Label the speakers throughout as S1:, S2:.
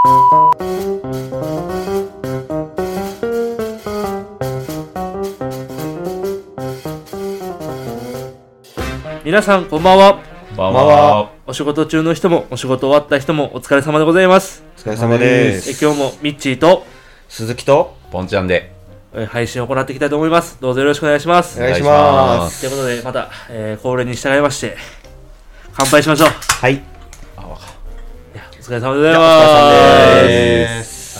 S1: 皆さんこんばんは。
S2: こんばんは。
S1: お仕事中の人もお仕事終わった人もお疲れ様でございます。
S2: お疲れ様です。
S1: 今日もミッチーと
S2: 鈴木とポンちゃんで
S1: 配信を行っていきたいと思います。どうぞよろしくお願いします。
S2: お願いします。
S1: ということでまた、恒例に従いまして乾杯しましょう。
S2: はい。いや
S1: お疲れ様でございます。
S2: お疲れ様です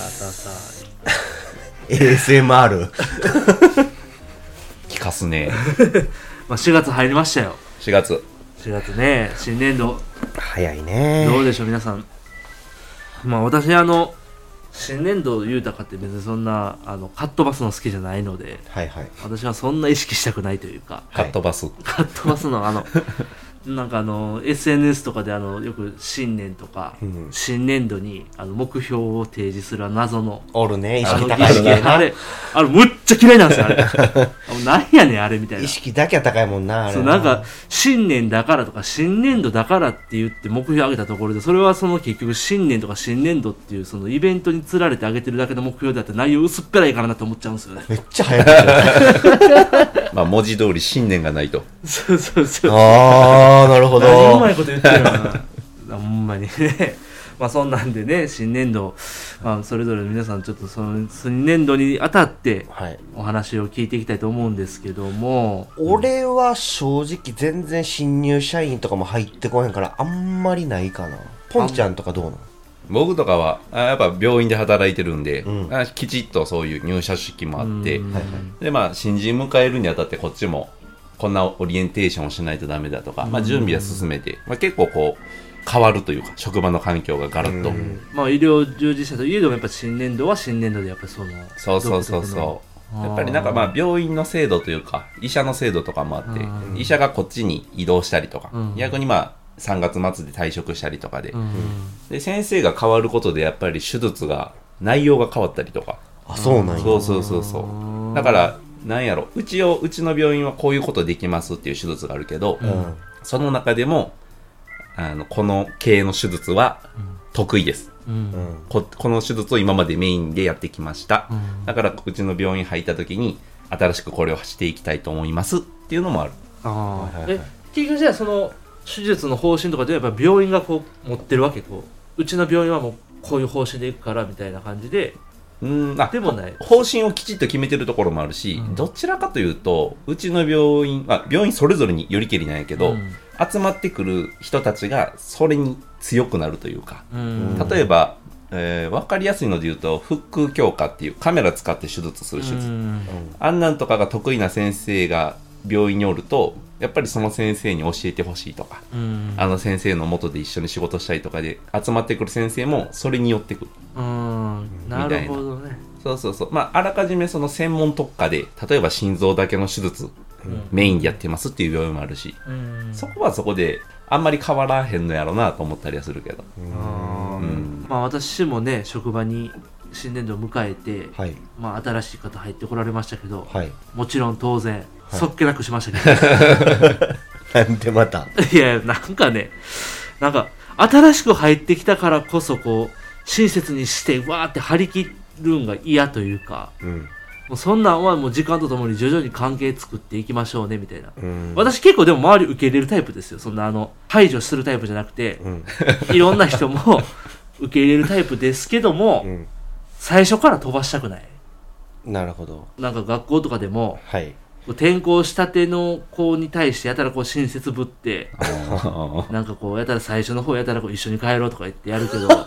S2: 。ASMR
S3: 聞かすね。
S1: まあ4月入りましたよ。
S3: 4月
S1: ね、新年度
S2: 早いね。
S1: どうでしょう皆さん。まあ私新年度言うたかって別にそんなカットバスの好きじゃないので、
S2: はいはい。
S1: 私はそんな意識したくないというか、
S3: カットバス、
S1: カットバスのなんかSNS とかでよく新年とか、新年度に目標を提示する謎の
S2: おるね、意識
S1: 意
S2: 高い
S1: 識、
S2: ね。
S1: あれむっちゃ嫌いなんですよあれなんやねんあれみたいな。
S2: 意識だけは高いもんな、あれ。
S1: そうなんか新年だからとか新年度だからって言って目標を上げたところで、それはその結局新年とか新年度っていうそのイベントにつられて上げてるだけの目標であって内容薄っぺらいからなと思っちゃうんですよね。
S2: めっちゃ早い。
S3: まあ文字通り信念がないと。
S1: そうそうそう。
S2: あー、なるほど。
S1: 何うまいこと言ってるのかな。ほんまにね。まあそんなんでね、新年度、まあ、それぞれ皆さんちょっとその新年度にあたってお話を聞いていきたいと思うんですけども、
S2: 俺は正直全然新入社員とかも入ってこへんからあんまりないかな。ポンちゃんとかどうなの？
S3: 僕とかはやっぱ病院で働いてるんで、きちっとそういう入社式もあって、でまあ新人迎えるにあたってこっちもこんなオリエンテーションをしないとダメだとか、まあ、準備は進めて、まあ、結構こう変わるというか職場の環境がガラッと、
S1: まあ医療従事者といえどもやっぱ新年度は新年度でやっぱりそう
S3: やっぱりなんかまあ病院の制度というか医者の制度とかもあって医者がこっちに移動したりとか、逆にまあ3月末で退職したりとかで、で先生が変わることでやっぱり手術が内容が変わったりとか。
S2: あ、そうなんや。
S3: そうだからなんやろ、うちの病院はこういうことできますっていう手術があるけど、その中でもこの系の手術は得意です、この手術を今までメインでやってきました、だからうちの病院入った時に新しくこれをしていきたいと思いますっていうのもある。
S1: 結局じゃあその手術の方針とかでやっぱ病院がこう持ってるわけ、うちの病院はもうこういう方針でいくからみたいな感じで。でもない、
S3: 方針をきちっと決めてるところもあるし、どちらかというとうちの病院それぞれによりけりなんやけど、集まってくる人たちがそれに強くなるというか、例えば、分かりやすいので言うと腹腔鏡下っていうカメラ使って手術する手術、あんなんとかが得意な先生が病院におるとやっぱりその先生に教えてほしいとか、あの先生の下で一緒に仕事したいとかで集まってくる先生もそれによってくる。
S1: なるほどね。
S3: そうまああらかじめその専門特化で例えば心臓だけの手術、メインでやってますっていう病院もあるし、そこはそこであんまり変わらへんのやろなと思ったりはするけど、
S1: まあ私もね職場に新年度を迎えて、まあ新しい方入ってこられましたけど、もちろん当然そっけなくしましたけど、
S2: なんでまた
S1: いやなんか新しく入ってきたからこそこう親切にしてわーって張り切るんが嫌というか、もうそんなんはもう時間とともに徐々に関係作っていきましょうねみたいな、私結構でも周り受け入れるタイプですよ。そんな排除するタイプじゃなくて、いろんな人も受け入れるタイプですけども、最初から飛ばしたくない。
S2: なるほど。
S1: なんか学校とかでも、転校したての子に対してやたらこう親切ぶってなんかこうやたら最初の方やたらこう一緒に帰ろうとか言ってやるけど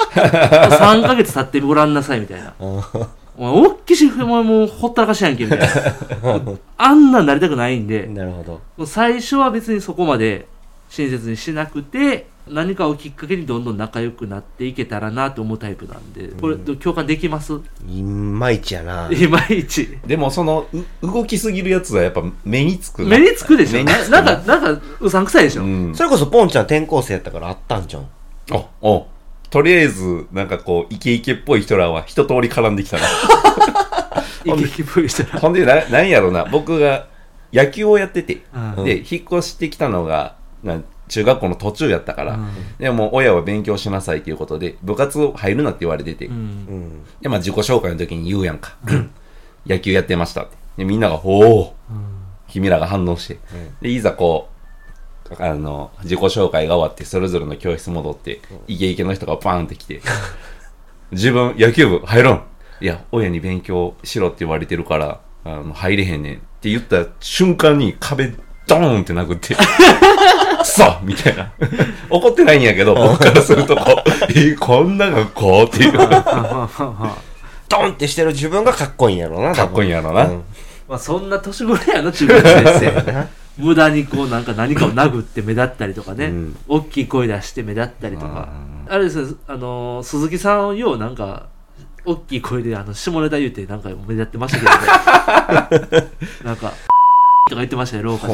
S1: 3ヶ月経ってごらんなさいみたいなお前おっきしもうほったらかしやんけみたいなあんなんなりたくないんで、
S2: なるほど。
S1: もう最初は別にそこまで親切にしなくて何かをきっかけにどんどん仲良くなっていけたらなと思うタイプなんで、これ共感できます？
S2: いまいちやな。
S1: いまいち。
S3: でもその動きすぎるやつはやっぱ目につく。
S1: 目につくでしょ。なんかうさんくさいでしょ、
S2: それこそポンちゃん転校生やったからあったんじゃん。
S3: とりあえずなんかこうイケイケっぽい人らは一通り絡んできたな
S1: イケイケっぽい人ら
S3: ほんでなんやろな、僕が野球をやってて、で引っ越してきたのが中学校の途中やったから、でも親は勉強しなさいということで部活入るなって言われてて、で自己紹介の時に言うやんか野球やってましたってでみんながおお、君らが反応して、でいざこう自己紹介が終わってそれぞれの教室戻ってイケイケの人がバーンって来て自分野球部入ろん、いや親に勉強しろって言われてるから入れへんねんって言った瞬間に壁ドーンって殴ってくそみたいな怒ってないんやけど僕からするとこんな学校っていう
S2: ドンってしてる自分がかっこいいんやろな。
S3: かっこいいんやろな、
S1: まあそんな年頃やの中学先生無駄にこう何かを殴って目立ったりとかね、大きい声出して目立ったりとか、あれですね、鈴木さんようなんか大きい声で下ネタ言うてなんか目立ってましたけどねなんかとか言ってましたよ廊下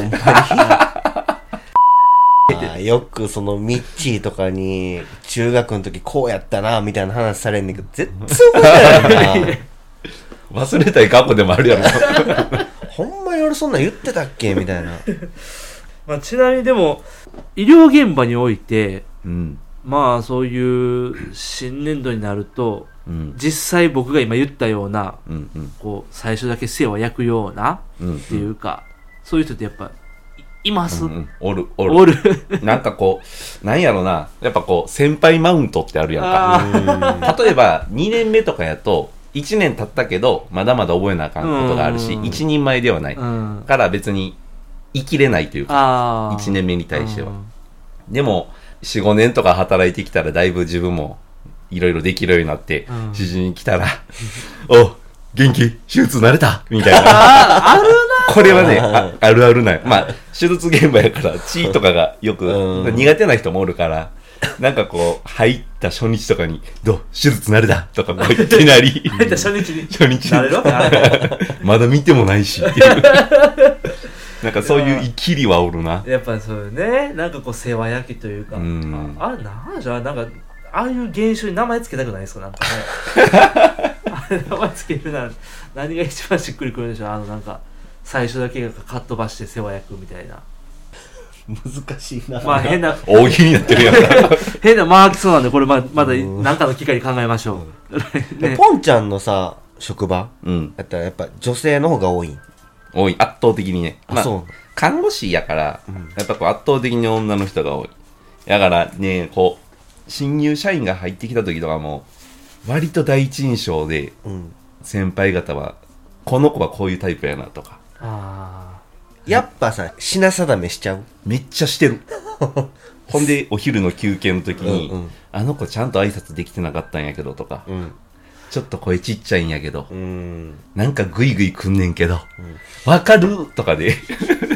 S1: で
S2: よくそのミッチーとかに中学の時こうやったなみたいな話されんねんけど絶対覚えてないな
S3: 忘れたい過去でもあるやろ
S2: ほんまに俺そんなん言ってたっけみたいな
S1: まあちなみにでも医療現場において、まあそういう新年度になると、実際僕が今言ったような、こう最初だけ世話焼くような、っていうかそういう人ってやっぱいます、
S3: おるなんかこうなんやろな、やっぱこう先輩マウントってあるやんか例えば2年目とかやと1年経ったけどまだまだ覚えなあかんことがあるし、一人前ではない、から別に生きれないというか1年目に対しては、でも 4,5 年とか働いてきたらだいぶ自分もいろいろできるようになって、指示に来たらお元気手術慣れたみたいな
S1: あるな
S3: これはね あるあるない。まあ手術現場やから血とかがよく苦手な人もおるからなんかこう入った初日とかにどう手術慣れたとかこういきなり
S1: 入った初日に
S3: 慣れ
S1: ろ
S3: まだ見てもないしっていうなんかそういうイキリはおるな。
S1: やっぱりそうよね、なんかこう世話焼きというか、あれなんじゃなんかああいう現象に名前つけたくないですかなんかねあれ名前つけるなら何が一番しっくりくるんでしょう、なんか最初だけがかっ飛ばして世話焼くみたいな。
S2: 難しいな。
S1: まあ変な
S3: 大喜利になってるやんか
S1: 変なマークそうなんでこれまだ何かの機会に考えましょう、
S2: ね、ポンちゃんのさ職場、やったらやっぱ女性の方が多い
S3: 圧倒的にね、
S2: まあ、そう
S3: 看護師やから、やっぱこう圧倒的に女の人が多い。だからねこう新入社員が入ってきた時とかも割と第一印象で、先輩方はこの子はこういうタイプやなとか
S2: やっぱさ品定めしちゃう。
S3: めっちゃしてるほんでお昼の休憩の時に、あの子ちゃんと挨拶できてなかったんやけどとか、ちょっと声ちっちゃいんやけど、なんかグイグイくんねんけど、わかるとかで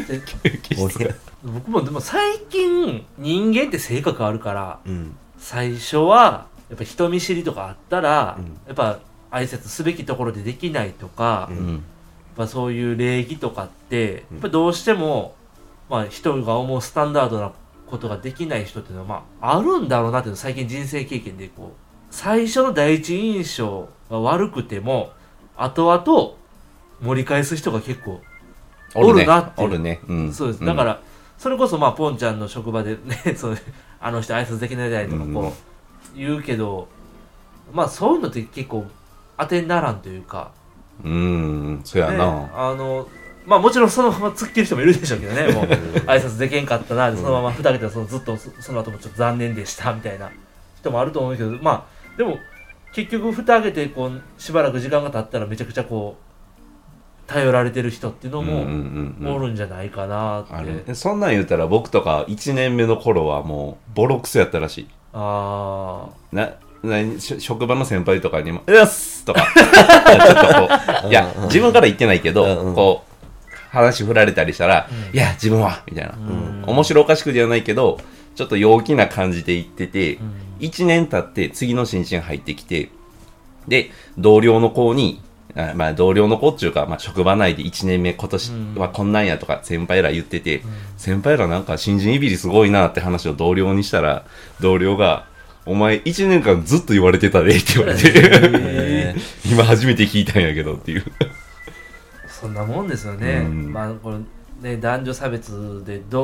S1: 僕もでも最近人間って性格あるから、最初はやっぱ人見知りとかあったら、やっぱ挨拶すべきところでできないとか、やっぱそういう礼儀とかってやっぱどうしても、まあ、人が思うスタンダードなことができない人っていうのは、まあ、あるんだろうなっていうのを最近人生経験でこう最初の第一印象が悪くても後々盛り返す人が結構おるなっていう。
S3: おるね。
S1: そうです。だから、それこそまあポンちゃんの職場でねそうあの人挨拶できないとかこう言うけど、まあそういうのって結構当てにならんというか、
S3: そうやな、
S1: ね、まあもちろんそのまま突っ切る人もいるでしょうけどねもう挨拶できんかったなでそのまま蓋開けたらずっとその後もちょっと残念でしたみたいな人もあると思うけど、まあでも結局蓋開けてこうしばらく時間が経ったらめちゃくちゃこう頼られてる人っていうのもおるんじゃないかなって、
S3: そんなん言うたら僕とか1年目の頃はもうボロクソやったらしい。職場の先輩とかにも「うっす!」とかちょっとこういや自分から言ってないけど、こう話振られたりしたら「いや自分は」みたいな、面白おかしくではないけどちょっと陽気な感じで言ってて、1年経って次の新人入ってきて、で同僚の子にまあ同僚の子っていうか、まあ、職場内で1年目今年はこんなんやとか先輩ら言ってて、先輩らなんか新人いびりすごいなって話を同僚にしたら、同僚がお前1年間ずっと言われてたでって言われて今初めて聞いたんやけどっていう
S1: そんなもんですよね、まあこれね男女差別でどう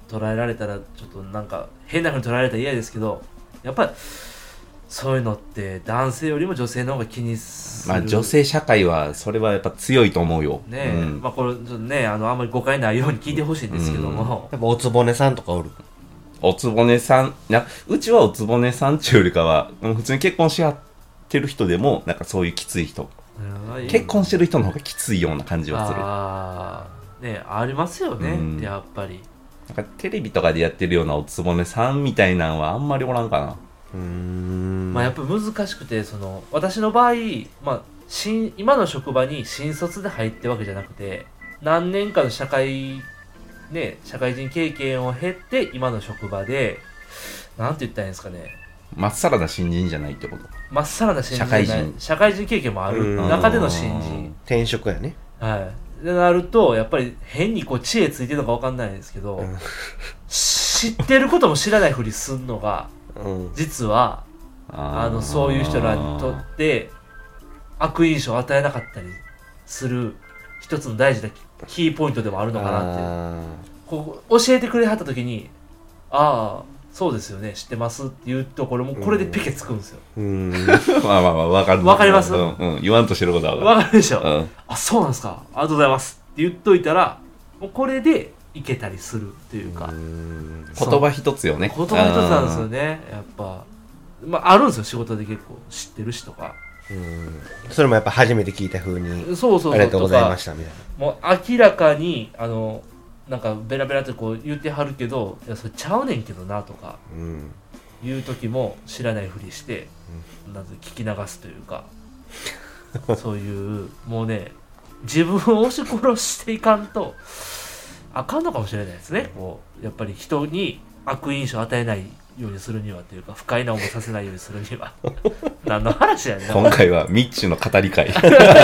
S1: 捉えられたらちょっとなんか変な風に捉えられたら嫌ですけど、やっぱりそういうのって男性よりも女性の方が気にする。
S3: まあ女性社会はそれはやっぱ強いと思うよ。
S1: ねえ、まあこれちょっとねあんまり誤解ないように聞いてほしいんですけども、
S2: やっぱおつぼねさんとかおる。
S3: おつぼねさん、うちはおつぼねさんっていうよりかは、普通に結婚し合ってる人でも、なんかそういうきつい人。結婚してる人の方がきついような感じはする。
S1: ああ、ねありますよね、やっぱり。
S3: なんかテレビとかでやってるようなおつぼねさんみたいなのはあんまりおらんかな。
S1: まあやっぱ難しくて、私の場合、まあ、今の職場に新卒で入ってるわけじゃなくて、何年かの社会人経験を経て今の職場で、なんて言ったらいいんですかね、
S3: まっさらな新人じゃないってこと。
S1: まっさらな新人じゃない、社会人経験もある中での新人、
S2: 転職やね。
S1: はいでなるとやっぱり変にこう知恵ついてるのか分かんないですけど、知ってることも知らないふりすんのが、実はそういう人らにとって悪印象を与えなかったりする一つの大事なキーポイントでもあるのかなって、こう教えてくれはった時に、ああそうですよね知ってますっていうところもこれでピケつくんですよ。
S3: まあまあまあわかる。
S1: わかります。
S3: 言わんとしてることは
S1: わかるでしょ。あ、そうなんですか。ありがとうございますって言っといたら、もうこれでいけたりするというか。
S3: 言葉一つよね。
S1: 言葉一つなんですよね。やっぱ、まああるんですよ仕事で結構知ってるしとか。
S2: それもやっぱ初めて聞いた風に。
S1: そう
S2: ありがとうございましたみたい
S1: な。もう明らかになんかベラベラってこう言ってはるけど、いやそれちゃうねんけどなとか、言う時も知らないふりして、なんて聞き流すというか、そういうもうね自分を押し殺していかんとあかんのかもしれないですね。こうやっぱり人に悪印象を与えないようにするにはというか、不快な思いさせないようにするには何の話やねん。
S3: 今回はミッチの語り会。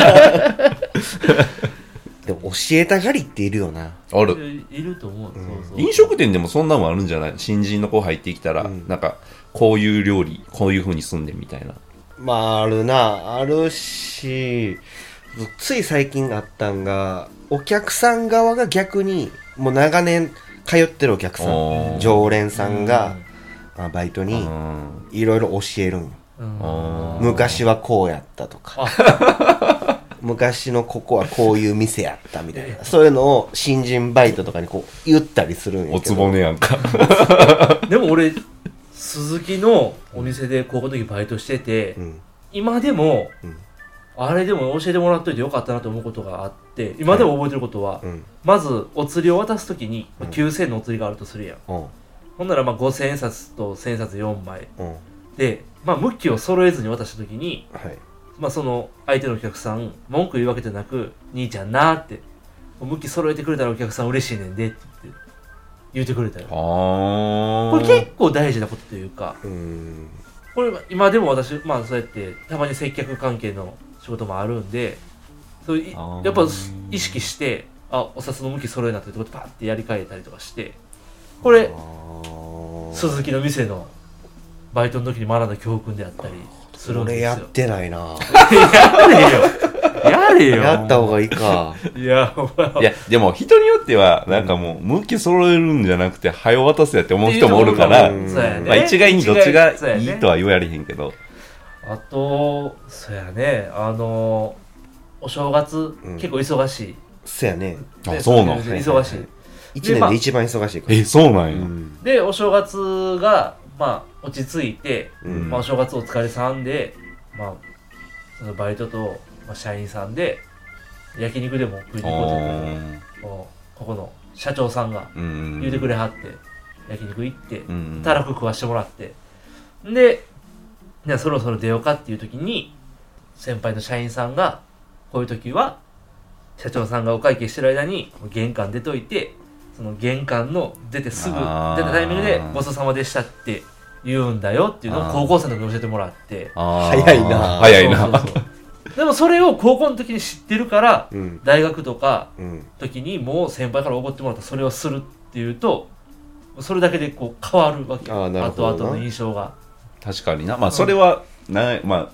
S2: でも教えたがりっているよな。
S3: ある。
S1: いると思う。そう
S3: 飲食店でもそんなもんあるんじゃない？新人の子入ってきたら、なんかこういう料理こういう風に住んでみたいな。
S2: まああるな、あるし、つい最近あったんが、お客さん側が逆にもう長年通ってるお客さん、常連さんが、バイトにいろいろ教えるんよ。昔はこうやったとか。昔のここはこういう店やったみたいな、そういうのを新人バイトとかにこう言ったりするんやけど。
S3: おつぼねやんか。
S1: でも俺鈴木のお店で高校の時バイトしてて、今でも、あれでも教えてもらっといてよかったなと思うことがあって、今でも覚えてることは、まずお釣りを渡す時に、9000円のお釣りがあるとするやん、ほんならまあ5000円札と1000円札4枚、で、まあ、向きを揃えずに渡した時に、まあ、その相手のお客さん文句言うわけじゃなく、兄ちゃんなーって向き揃えてくれたらお客さん嬉しいねんでって言ってくれたよ。これ結構大事なことというか、これ今でも私、まあそうやってたまに接客関係の仕事もあるんで、そうやっぱ意識して、お札の向き揃えなってとこでパッてやり替えたりとかして、これ鈴木の店のバイトの時に学んだ教訓であったりするんですよ。
S2: 俺やってないな。
S1: やれよ。やれよ。
S2: やった方がいいか。
S3: いやでも人によってはなんかもう向き揃えるんじゃなくて早渡せやって思う人もおるから、まあ一概にどっちがいいとは言われへんけど、
S1: あとそうやね、お正月、結構忙しい。
S2: そうやね。
S3: あ、そうなん。
S1: 忙しい。
S2: 一年で一番忙しいから。
S3: そうなんや。
S1: でお正月がまあ落ち着いて、まあお正月お疲れさんで、まあそのバイトと、まあ、社員さんで焼肉でも食いに行こうってここの社長さんが言うてくれはって、焼肉行ってたらふ食わしてもらって、でじゃあそろそろ出ようかっていう時に先輩の社員さんが、こういう時は社長さんがお会計してる間に玄関出といて、その玄関の出てすぐ出たタイミングでごちそうさまでしたって言うんだよっていうのを高校生の時に教えてもらって、
S2: 早いな。
S3: 早いな。
S1: でもそれを高校の時に知ってるから、大学とか時にもう先輩からおごってもらったそれをするっていうと、それだけでこう変わるわけ。後々の印象が。
S3: 確かにな。まあそれはまあ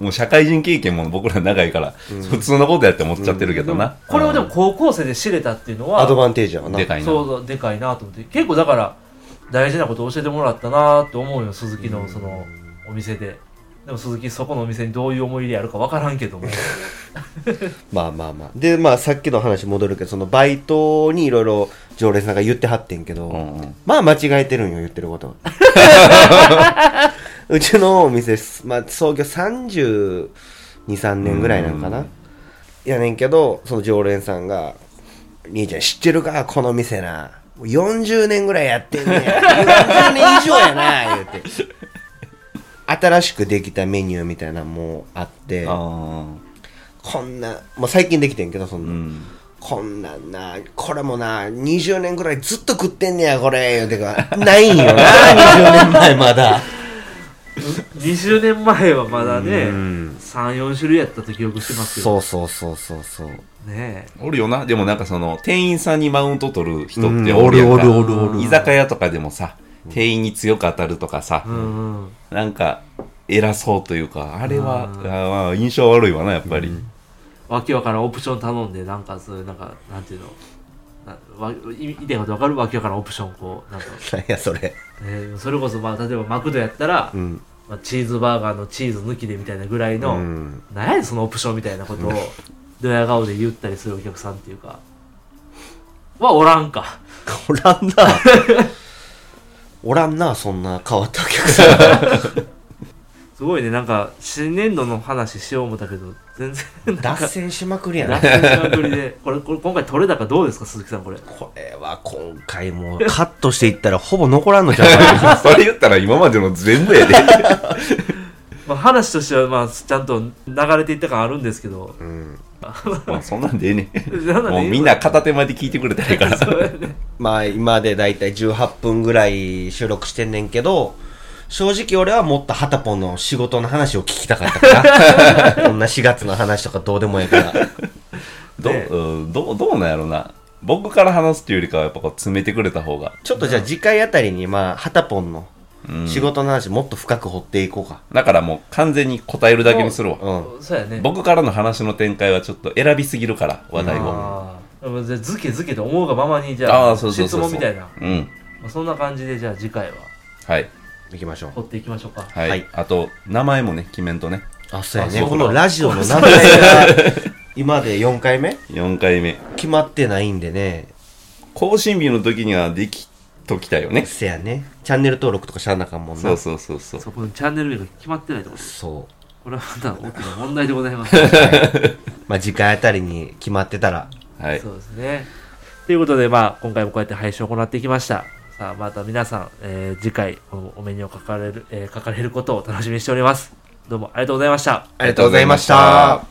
S3: もう社会人経験も僕ら長いから、普通のことやって思っちゃってるけどな、
S1: これをでも高校生で知れたっていうのは
S2: アドバンテージやわな。
S3: でかいな。
S1: そうでかいなと思って、結構だから大事なことを教えてもらったなって思うよ、鈴木のそのお店で。でも鈴木そこのお店にどういう思い入れあるか分からんけども
S2: まあまあまあ。で、まあさっきの話戻るけど、そのバイトにいろいろ常連さんが言ってはってんけど、まあ間違えてるんよ、言ってること。うちのお店、まあ創業32、3年ぐらいなんかな。やねんけど、その常連さんが、兄ちゃん知ってるかこの店な。40年ぐらいやってんねや。40年以上やな、言うて。新しくできたメニューみたいなのもあって、こんな、もう最近できてんけど、そんな、こんなんな、これもな、20年ぐらいずっと食ってんねや、これ、言うてか、ないんよな、20年前まだ。
S1: 20年前はまだね、3、4種類やったと記憶してますけど。
S2: そう。
S1: ねえ。
S3: おるよな。でもなんかその、店員さんにマウント取る人っておるやんか。
S2: おる。
S3: 居酒屋とかでもさ、店員に強く当たるとかさ、なんか偉そうというか、あれは印象悪いわな、やっぱり。
S1: わけわからんオプション頼んで、なんかそういうなんかなんていうの、言いたいことわかる、わけわからんオプションこうなんか。
S2: 何やそれ。
S1: それこそまあ例えばマクドやったら、まあ、チーズバーガーのチーズ抜きでみたいなぐらいの、なんやねんそのオプションみたいなことをドヤ顔で言ったりするお客さんっていうかはおらんか。
S2: おらんな。おらんな、そんな変わったお客さん。
S1: すごいね、なんか新年度の話しよう思ったけど全然
S2: 脱線しまくりやな。
S1: 脱線しまくりでこれ今回取れ高どうですか、鈴木さん。これ
S2: は今回もカットしていったらほぼ残らんのじゃないかな。
S3: それ言ったら今までの全部やで。
S1: まあ話としてはまあちゃんと流れていった感あるんですけど、
S3: まあそんなんでええね。もうみんな片手まで聞いてくれたらいいから。
S2: まあ今でだいたい18分ぐらい収録してんねんけど、正直俺はもっとハタポンの仕事の話を聞きたかったから。こんな4月の話とかどうでもいいから。
S3: どうなんやろな。僕から話すっていうよりかはやっぱこう詰めてくれた方が。
S2: ちょっとじゃあ次回あたりにまあハタポンの仕事の話もっと深く掘っていこうか。
S3: だからもう完全に答えるだけにするわ。
S1: そうやね。
S3: 僕からの話の展開はちょっと選びすぎるから話題を。
S1: ずけずけと思うがままにじゃあ質問みたいな。そんな感じでじゃあ次回は
S3: はい
S2: 行きましょう。
S1: 掘っていきましょうか。
S3: はい。あと名前もね決めんとね。
S2: あ、そうやね。このラジオの名前が今で4回目
S3: ？4回目。
S2: 決まってないんでね。
S3: 更新日の時にはできときたよね。
S2: せやね。チャンネル登録とかしゃあなかんもんな。
S3: そう。
S1: そこにチャンネル名が決まってないところです。
S2: そう。
S1: これはまた大きな問題でございます。
S2: まあ次回あたりに決まってたら。
S3: はい。
S1: そうですね。ということでまあ今回もこうやって配信を行っていきました。さあまた皆さん、次回お目にかかれることを楽しみにしております。どうもありがとうございました。
S2: ありがとうございました。